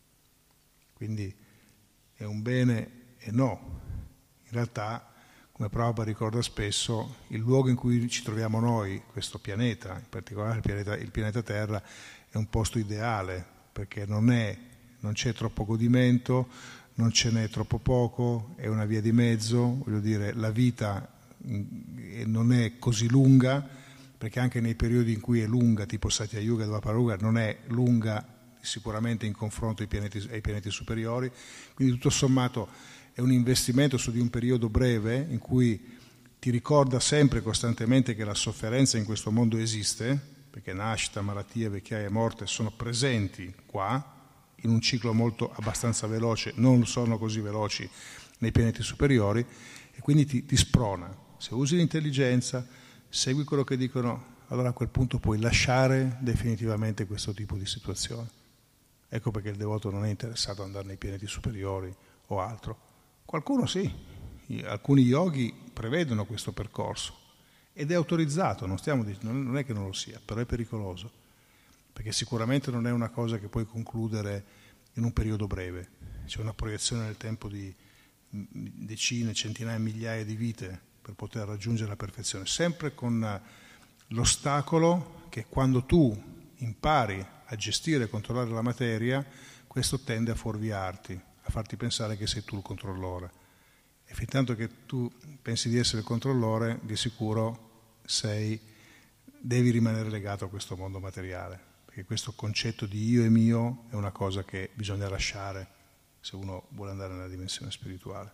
Quindi è un bene e no. In realtà, come Prabhupada ricorda spesso, il luogo in cui ci troviamo noi, questo pianeta, in particolare il pianeta Terra, è un posto ideale, perché non c'è troppo godimento, non ce n'è troppo poco, è una via di mezzo, voglio dire, la vita non è così lunga, perché anche nei periodi in cui è lunga, tipo Satya Yuga e Dvapara Yuga, non è lunga sicuramente in confronto ai pianeti superiori, quindi tutto sommato è un investimento su di un periodo breve in cui ti ricorda sempre costantemente che la sofferenza in questo mondo esiste, perché nascita, malattia, vecchiaia e morte sono presenti qua, in un ciclo abbastanza veloce, non sono così veloci nei pianeti superiori, e quindi ti sprona. Se usi l'intelligenza, segui quello che dicono, allora a quel punto puoi lasciare definitivamente questo tipo di situazione. Ecco perché il devoto non è interessato ad andare nei pianeti superiori o altro. Qualcuno sì, alcuni yogi prevedono questo percorso ed è autorizzato, non è che non lo sia, però è pericoloso, perché sicuramente non è una cosa che puoi concludere in un periodo breve, c'è una proiezione nel tempo di decine, centinaia, migliaia di vite per poter raggiungere la perfezione, sempre con l'ostacolo che quando tu impari a gestire e controllare la materia, questo tende a fuorviarti, a farti pensare che sei tu il controllore. E fin tanto che tu pensi di essere il controllore, di sicuro devi rimanere legato a questo mondo materiale, perché questo concetto di io e mio è una cosa che bisogna lasciare se uno vuole andare nella dimensione spirituale.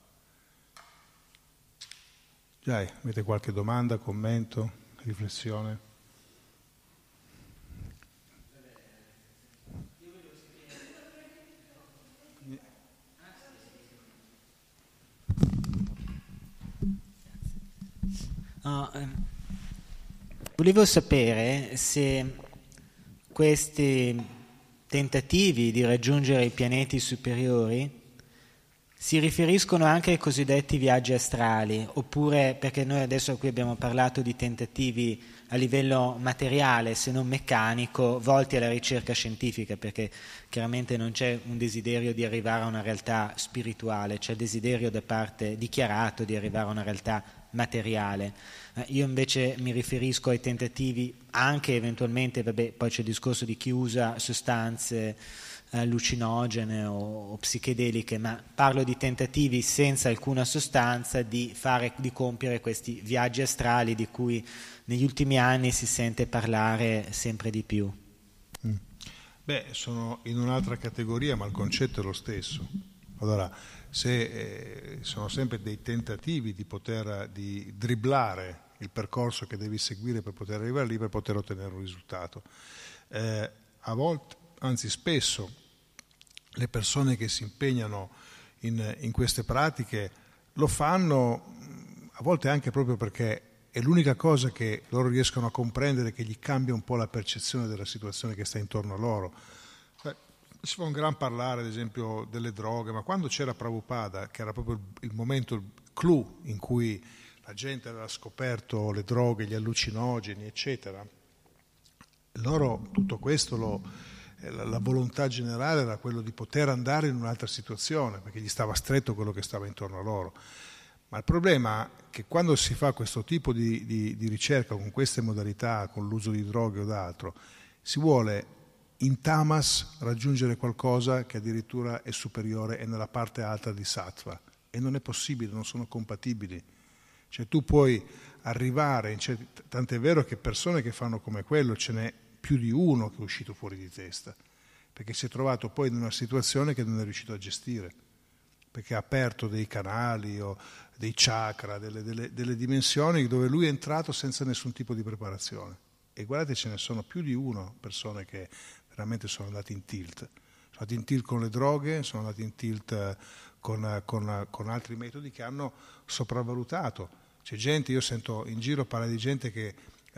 Dai, avete qualche domanda, commento, riflessione? Volevo sapere se questi tentativi di raggiungere i pianeti superiori si riferiscono anche ai cosiddetti viaggi astrali, oppure, perché noi adesso qui abbiamo parlato di tentativi a livello materiale, se non meccanico, volti alla ricerca scientifica, perché chiaramente non c'è un desiderio di arrivare a una realtà spirituale, c'è il desiderio da parte dichiarato di arrivare a una realtà materiale. Io invece mi riferisco ai tentativi anche eventualmente, poi c'è il discorso di chi usa sostanze allucinogene o psichedeliche, ma parlo di tentativi senza alcuna sostanza di compiere questi viaggi astrali di cui negli ultimi anni si sente parlare sempre di più. Sono in un'altra categoria, ma il concetto è lo stesso. Allora, se sono sempre dei tentativi di dribblare il percorso che devi seguire per poter arrivare lì, per poter ottenere un risultato. A volte, anzi spesso, le persone che si impegnano in queste pratiche lo fanno a volte anche proprio perché è l'unica cosa che loro riescono a comprendere, che gli cambia un po' la percezione della situazione che sta intorno a loro. Si fa un gran parlare, ad esempio, delle droghe, ma quando c'era Prabhupada, che era proprio il momento, il clou in cui la gente aveva scoperto le droghe, gli allucinogeni, eccetera, loro tutto questo, la volontà generale era quello di poter andare in un'altra situazione, perché gli stava stretto quello che stava intorno a loro. Ma il problema è che quando si fa questo tipo di ricerca con queste modalità, con l'uso di droghe o d'altro, si vuole in tamas raggiungere qualcosa che addirittura è superiore, è nella parte alta di sattva, e non è possibile, non sono compatibili. Cioè tu puoi arrivare, tant'è vero che persone che fanno come quello ce n'è più di uno che è uscito fuori di testa, perché si è trovato poi in una situazione che non è riuscito a gestire, perché ha aperto dei canali o dei chakra, delle dimensioni dove lui è entrato senza nessun tipo di preparazione. E guardate, ce ne sono più di uno, persone che veramente sono andati in tilt. Sono andati in tilt con le droghe, sono andati in tilt con altri metodi che hanno sopravvalutato. C'è gente, io sento in giro parlare di gente che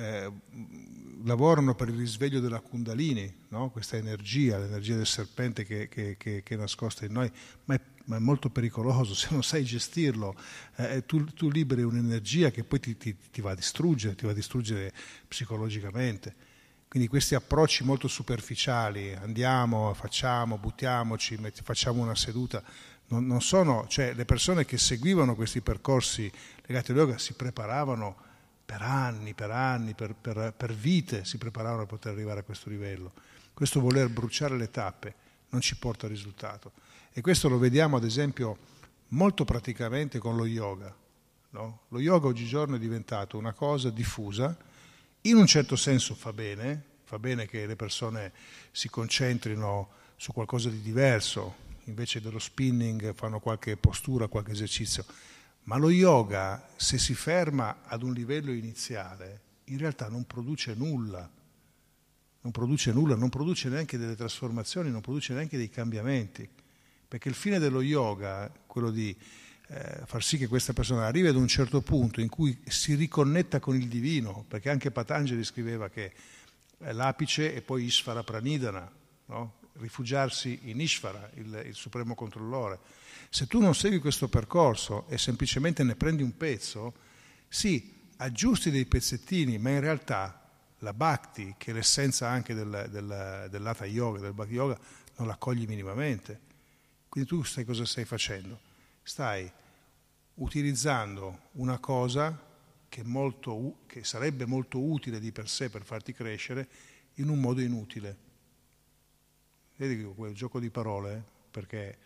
lavorano per il risveglio della Kundalini, no? Questa energia, l'energia del serpente che è nascosta in noi, ma è molto pericoloso se non sai gestirlo. Tu liberi un'energia che poi ti va a distruggere psicologicamente. Quindi questi approcci molto superficiali, andiamo, facciamo, buttiamoci, facciamo una seduta, non sono, cioè le persone che seguivano questi percorsi legati allo yoga si preparavano per anni, per vite, si preparavano per poter arrivare a questo livello. Questo voler bruciare le tappe non ci porta al risultato. E questo lo vediamo ad esempio molto praticamente con lo yoga. No? Lo yoga oggigiorno è diventato una cosa diffusa, in un certo senso fa bene che le persone si concentrino su qualcosa di diverso, invece dello spinning fanno qualche postura, qualche esercizio. Ma lo yoga, se si ferma ad un livello iniziale, in realtà non produce nulla, non produce neanche delle trasformazioni, non produce neanche dei cambiamenti, perché il fine dello yoga è quello di far sì che questa persona arrivi ad un certo punto in cui si riconnetta con il divino, perché anche Patanjali scriveva che l'apice e poi Ishvara Pranidhana, no? Rifugiarsi in Ishvara, il supremo controllore. Se tu non segui questo percorso e semplicemente ne prendi un pezzo, sì, aggiusti dei pezzettini, ma in realtà la bhakti, che è l'essenza anche dell'hatha yoga, del bhakti yoga, non la cogli minimamente. Quindi tu cosa stai facendo? Stai utilizzando una cosa che sarebbe molto utile di per sé per farti crescere in un modo inutile. Vedi quel gioco di parole? Perché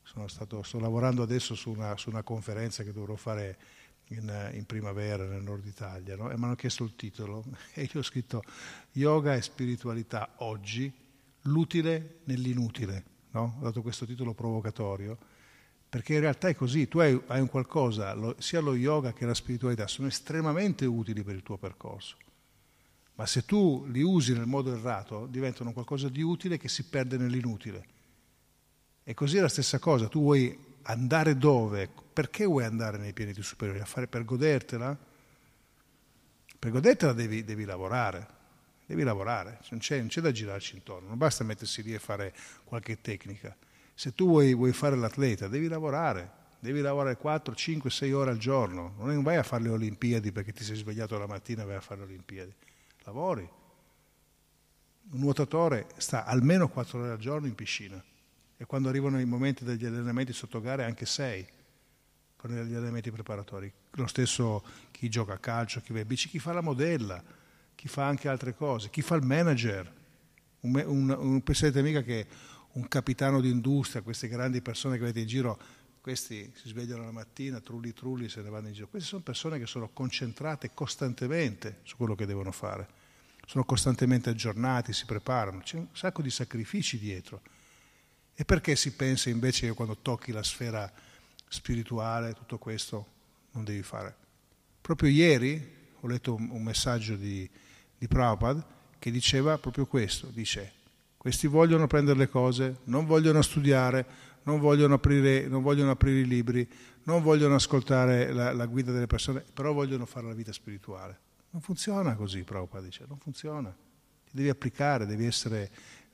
Sto lavorando adesso su una conferenza che dovrò fare in primavera nel nord Italia, no? E mi hanno chiesto il titolo e io ho scritto Yoga e spiritualità oggi, l'utile nell'inutile, no? Ho dato questo titolo provocatorio perché in realtà è così, tu hai un qualcosa, sia lo yoga che la spiritualità sono estremamente utili per il tuo percorso, ma se tu li usi nel modo errato diventano qualcosa di utile che si perde nell'inutile. E così è la stessa cosa, tu vuoi andare dove? Perché vuoi andare nei pianeti superiori? A fare per godertela? Per godertela devi lavorare, non c'è da girarci intorno, non basta mettersi lì e fare qualche tecnica. Se tu vuoi fare l'atleta, devi lavorare 4, 5, 6 ore al giorno, non vai a fare le Olimpiadi perché ti sei svegliato la mattina e vai a fare le Olimpiadi, lavori. Un nuotatore sta almeno 4 ore al giorno in piscina. E quando arrivano i momenti degli allenamenti sotto gare anche 6 con gli allenamenti preparatori. Lo stesso chi gioca a calcio, chi va in bici, chi fa la modella, chi fa anche altre cose, chi fa il manager. Pensate mica che un capitano d'industria, queste grandi persone che vedete in giro, questi si svegliano la mattina, trulli, se ne vanno in giro. Queste sono persone che sono concentrate costantemente su quello che devono fare. Sono costantemente aggiornati, si preparano, c'è un sacco di sacrifici dietro. E perché si pensa invece che quando tocchi la sfera spirituale tutto questo non devi fare? Proprio ieri ho letto un messaggio di Prabhupada che diceva proprio questo, dice questi vogliono prendere le cose, non vogliono studiare, non vogliono aprire i libri, non vogliono ascoltare la guida delle persone, però vogliono fare la vita spirituale. Non funziona così, Prabhupada dice, non funziona. Ti devi applicare, devi essere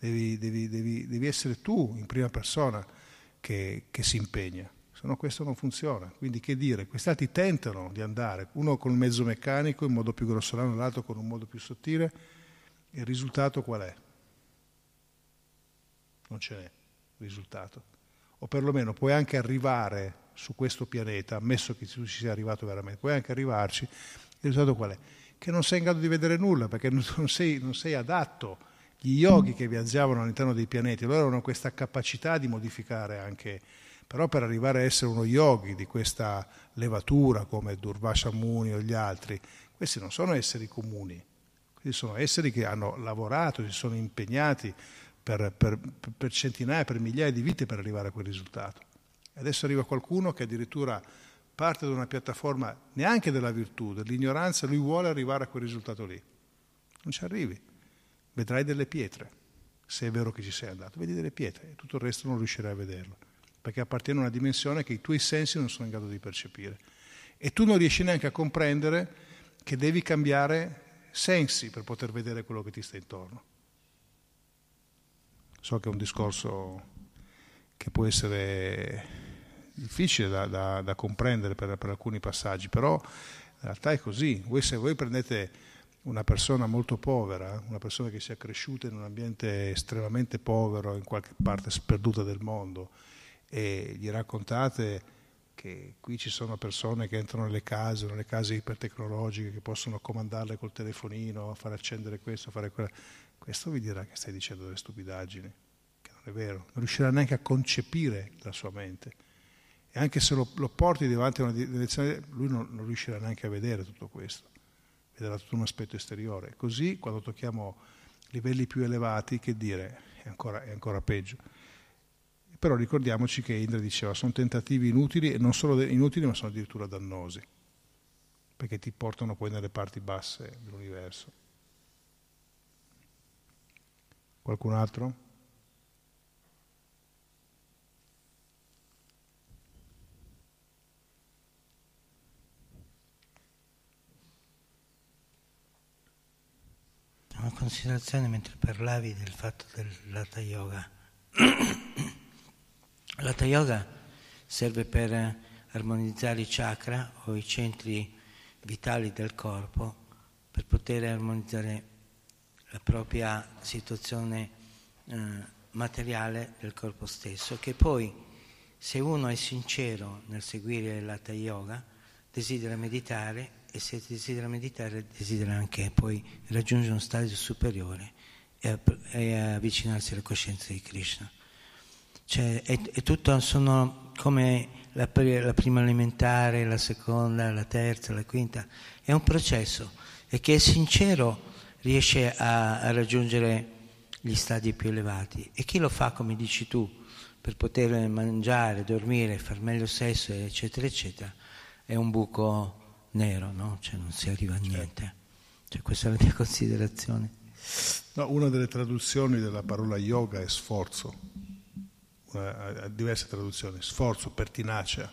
tu in prima persona che si impegna, se no questo non funziona. Quindi che dire, questi altri tentano di andare, uno con il mezzo meccanico in modo più grossolano, l'altro con un modo più sottile, e il risultato qual è? Non ce n'è risultato. O perlomeno puoi anche arrivare su questo pianeta, ammesso che tu ci sia arrivato veramente, puoi anche arrivarci, il risultato qual è? Che non sei in grado di vedere nulla, perché non sei adatto. Gli yogi che viaggiavano all'interno dei pianeti, loro avevano questa capacità di modificare anche, però per arrivare a essere uno yogi di questa levatura come Durvasa Muni o gli altri, questi non sono esseri comuni, questi sono esseri che hanno lavorato, si sono impegnati per centinaia, per migliaia di vite per arrivare a quel risultato. E adesso arriva qualcuno che addirittura parte da una piattaforma neanche della virtù, dell'ignoranza, lui vuole arrivare a quel risultato lì. Non ci arrivi. Vedrai delle pietre, se è vero che ci sei andato, vedi delle pietre e tutto il resto non riuscirai a vederlo, perché appartiene a una dimensione che i tuoi sensi non sono in grado di percepire. E tu non riesci neanche a comprendere che devi cambiare sensi per poter vedere quello che ti sta intorno. So che è un discorso che può essere difficile da comprendere per alcuni passaggi, però in realtà è così. Se voi prendete una persona molto povera, una persona che sia cresciuta in un ambiente estremamente povero in qualche parte sperduta del mondo e gli raccontate che qui ci sono persone che entrano nelle case ipertecnologiche che possono comandarle col telefonino, fare accendere questo, fare quello, questo vi dirà che stai dicendo delle stupidaggini, che non è vero, non riuscirà neanche a concepire la sua mente. E anche se lo porti davanti a una direzione, lui non riuscirà neanche a vedere tutto questo. Vedrà tutto un aspetto esteriore. Così quando tocchiamo livelli più elevati, che dire, è ancora peggio. Però ricordiamoci che Indra diceva sono tentativi inutili, e non solo inutili ma sono addirittura dannosi, perché ti portano poi nelle parti basse dell'universo. Qualcun altro? Una considerazione mentre parlavi del fatto dell'Hatha Yoga. L'Hatha Yoga serve per armonizzare i chakra o i centri vitali del corpo, per poter armonizzare la propria situazione materiale del corpo stesso, che poi, se uno è sincero nel seguire l'Hatha Yoga, desidera meditare, e se desidera meditare desidera anche poi raggiungere uno stadio superiore e avvicinarsi alla coscienza di Krishna. Cioè, è tutto, sono come la prima elementare, la seconda, la terza, la quinta. È un processo e chi è sincero riesce a raggiungere gli stadi più elevati, e chi lo fa come dici tu per poter mangiare, dormire, far meglio sesso, eccetera eccetera, è un buco nero, no? Cioè non si arriva a niente. Cioè, questa è la mia considerazione. No, una delle traduzioni della parola yoga è sforzo, ha diverse traduzioni, sforzo, pertinacia.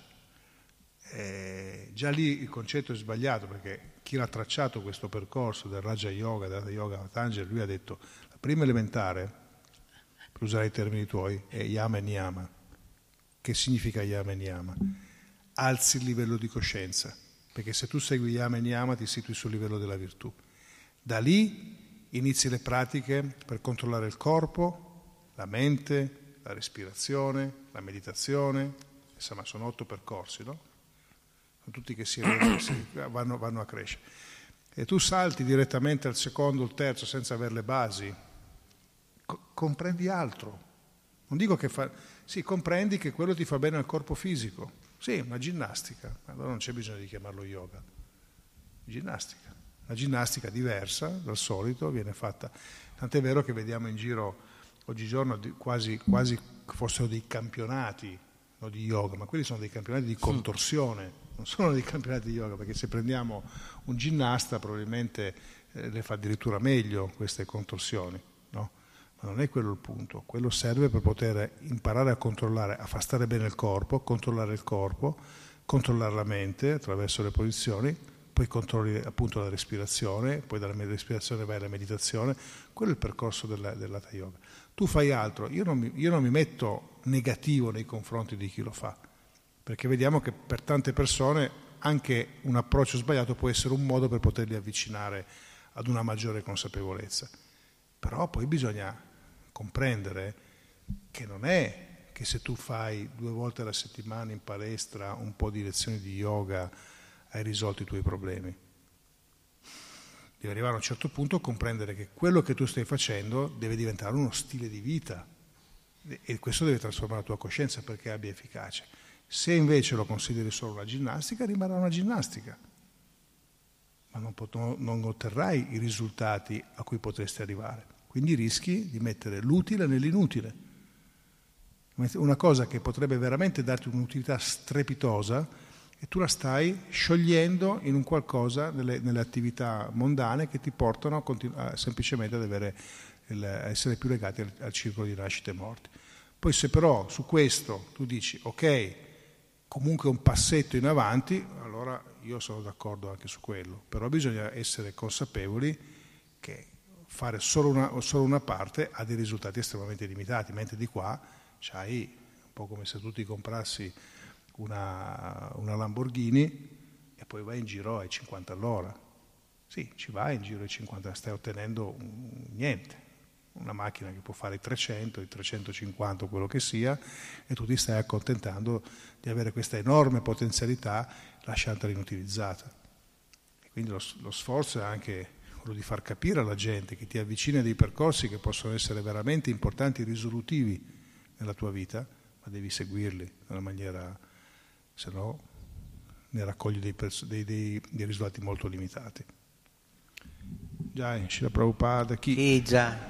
Già lì il concetto è sbagliato, perché chi l'ha tracciato questo percorso del Raja Yoga, del Hatha Yoga, Patanjali, lui ha detto la prima elementare, per usare i termini tuoi, è Yama e Niyama. Che significa Yama e Niyama? Alzi il livello di coscienza, perché se tu segui Yama e Niyama ti situi sul livello della virtù. Da lì inizi le pratiche per controllare il corpo, la mente, la respirazione, la meditazione. Insomma, sono 8 percorsi, no? Sono tutti che vanno a crescere. E tu salti direttamente al secondo o il terzo senza avere le basi, comprendi altro. Non dico che sì, comprendi che quello ti fa bene al corpo fisico. Sì, una ginnastica, allora non c'è bisogno di chiamarlo yoga. Ginnastica. Una ginnastica diversa dal solito, viene fatta. Tant'è vero che vediamo in giro oggigiorno quasi fossero dei campionati, no, di yoga, ma quelli sono dei campionati di contorsione, non sono dei campionati di yoga, perché se prendiamo un ginnasta probabilmente le fa addirittura meglio queste contorsioni, no? Ma non è quello il punto. Quello serve per poter imparare a controllare, a far stare bene il corpo, controllare la mente attraverso le posizioni, poi controlli appunto la respirazione, poi dalla respirazione vai alla meditazione. Quello è il percorso dell'Hatha Yoga. Tu fai altro. Io non mi metto negativo nei confronti di chi lo fa, perché vediamo che per tante persone anche un approccio sbagliato può essere un modo per poterli avvicinare ad una maggiore consapevolezza. Però poi bisogna comprendere che non è che se tu fai 2 volte alla settimana in palestra un po' di lezioni di yoga hai risolto i tuoi problemi. Devi arrivare a un certo punto a comprendere che quello che tu stai facendo deve diventare uno stile di vita, e questo deve trasformare la tua coscienza perché abbia efficacia. Se invece lo consideri solo una ginnastica, rimarrà una ginnastica, ma non otterrai i risultati a cui potresti arrivare. Quindi rischi di mettere l'utile nell'inutile. Una cosa che potrebbe veramente darti un'utilità strepitosa, e tu la stai sciogliendo in un qualcosa nelle attività mondane che ti portano semplicemente a essere più legati al circolo di nascite e morti. Poi se però su questo tu dici ok, comunque un passetto in avanti, allora io sono d'accordo anche su quello, però bisogna essere consapevoli che fare solo una parte ha dei risultati estremamente limitati, mentre di qua c'hai un po' come se tu ti comprassi una Lamborghini e poi vai in giro ai 50 all'ora. Sì, ci vai in giro ai 50, stai ottenendo niente, una macchina che può fare i 300, i 350 o quello che sia, e tu ti stai accontentando di avere questa enorme potenzialità lasciatela inutilizzata. E quindi lo sforzo è anche quello di far capire alla gente che ti avvicina a dei percorsi che possono essere veramente importanti e risolutivi nella tua vita, ma devi seguirli nella maniera, se no ne raccogli dei risultati molto limitati. Jai Srila Prabhupada, chi? Già.